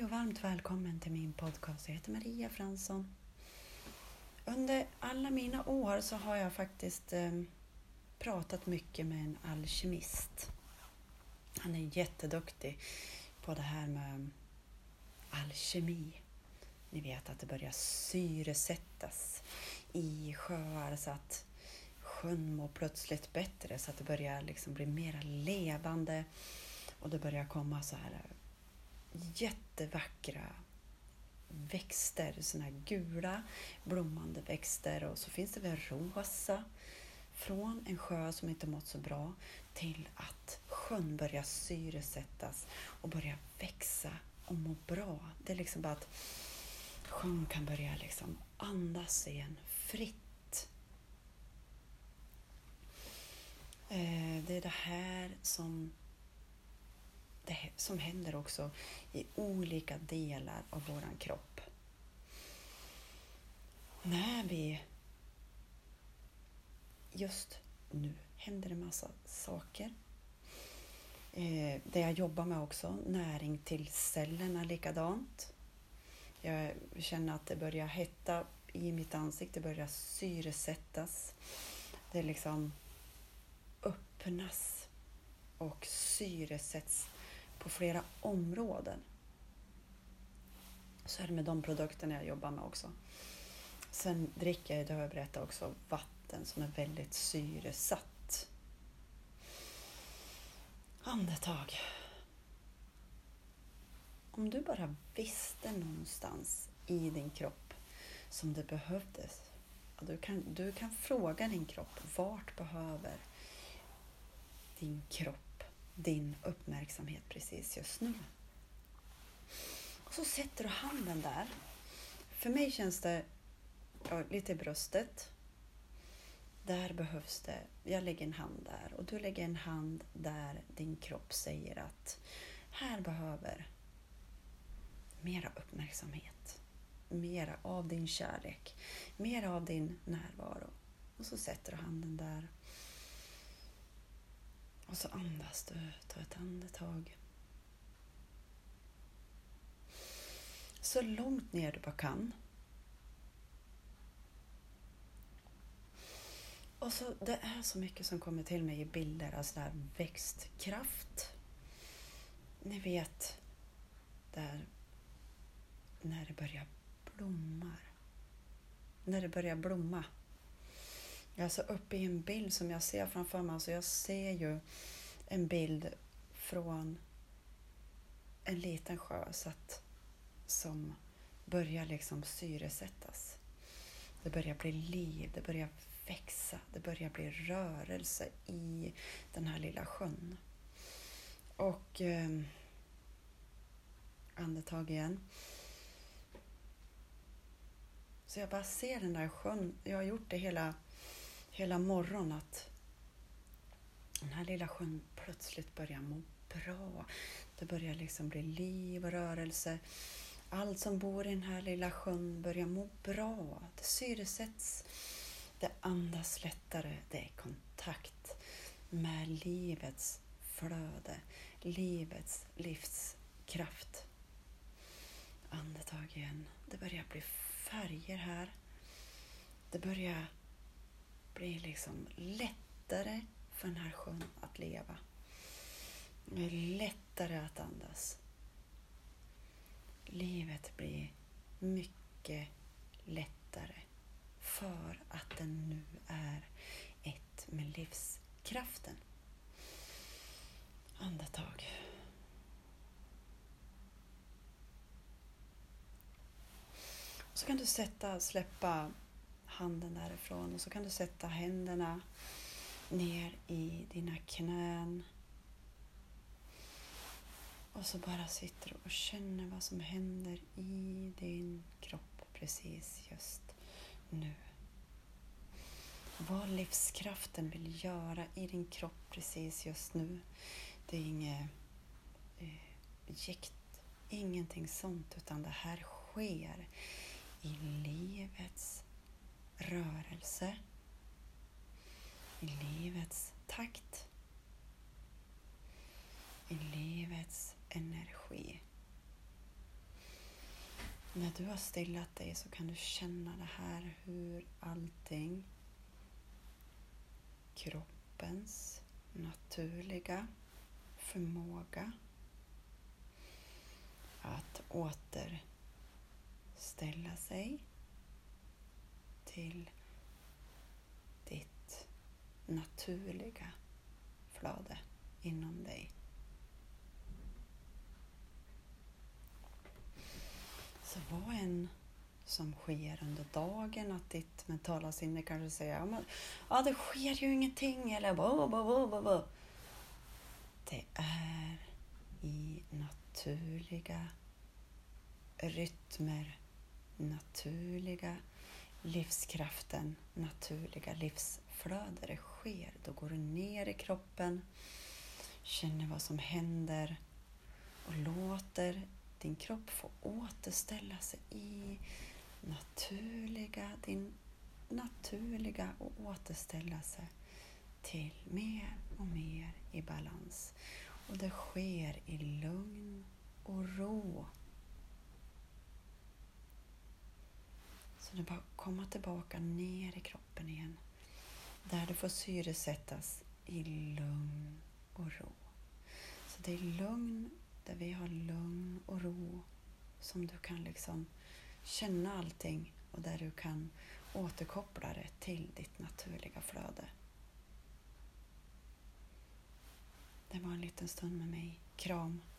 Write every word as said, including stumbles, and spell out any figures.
Hej och varmt välkommen till min podcast. Jag heter Maria Fransson. Under alla mina år så har jag faktiskt eh, pratat mycket med en alkemist. Han är jätteduktig på det här med alkemi. Ni vet att det börjar syresättas i sjöar så att sjön mår plötsligt bättre, så att det börjar liksom bli mer levande och det börjar komma så här jättevackra växter, såna här gula blommande växter, och så finns det väl rosa, från en sjö som inte mått så bra till att sjön börjar syresättas och börjar växa och må bra. Det är liksom bara att sjön kan börja liksom andas igen fritt. Det är det här som Det som händer också i olika delar av våran kropp. När vi just nu händer det massa saker. Eh, det jag jobbar med också, näring till cellerna likadant. Jag känner att det börjar hetta i mitt ansikte, det börjar syresättas. Det liksom öppnas och syresätts på flera områden. Så är det med de produkterna jag jobbar med också. Sen dricker jag, det har jag berättat också, vatten som är väldigt syresatt. Andetag. Om du bara visste någonstans i din kropp som det behövdes. Du kan, du kan fråga din kropp, vart behöver din kropp din uppmärksamhet precis just nu. Och så sätter du handen där. För mig känns det ja, lite i bröstet. Där behövs det. Jag lägger en hand där och du lägger en hand där din kropp säger att här behöver mera uppmärksamhet. Mera av din kärlek. Mera av din närvaro. Och så sätter du handen där. Och så andas du, ta ett andetag. Så långt ner du bara kan. Och så det är så mycket som kommer till mig i bilder, alltså där växtkraft. Ni vet, där när det börjar blomma. När det börjar blomma. Jag är så uppe i en bild som jag ser framför mig. Alltså jag ser ju en bild från en liten sjö så att, som börjar liksom syresättas. Det börjar bli liv, det börjar växa, det börjar bli rörelse i den här lilla sjön. Och eh, andetag igen. Så jag bara ser den där sjön. Jag har gjort det hela Hela morgonen, att den här lilla sjön plötsligt börjar må bra. Det börjar liksom bli liv och rörelse. Allt som bor i den här lilla sjön börjar må bra. Det syresätts. Det andas lättare. Det är kontakt med livets flöde. Livets livskraft. Andetag igen. Det börjar bli färger här. Det börjar blir liksom lättare för den här sjön att leva. Det är lättare att andas. Livet blir mycket lättare för att den nu är ett med livskraften. Andetag. Så kan du sätta, släppa handen därifrån och så kan du sätta händerna ner i dina knän. Och så bara sitter du och känner vad som händer i din kropp precis just nu. Vad livskraften vill göra i din kropp precis just nu. Det är inget eh, jäkt, ingenting sånt, utan det här sker i livets rörelse, i livets takt, i livets energi. När du har stillat dig så kan du känna det här hur allting, kroppens naturliga förmåga att återställa sig till ditt naturliga flöde inom dig. Så vad än som sker under dagen, att ditt mentala sinne kanske säger ja, men, ja det sker ju ingenting eller bo, bo, bo, bo, bo. Det är i naturliga rytmer, naturliga livskraften, naturliga livsflöde det sker. Då går du ner i kroppen, känner vad som händer och låter din kropp få återställa sig i naturliga, din naturliga och återställa sig till mer och mer i balans. Och det sker i lugn och ro. Så det bara komma tillbaka ner i kroppen igen. Där det får syresättas i lugn och ro. Så det är lugn, där vi har lugn och ro som du kan liksom känna allting och där du kan återkoppla det till ditt naturliga flöde. Det var en liten stund med mig. Kram.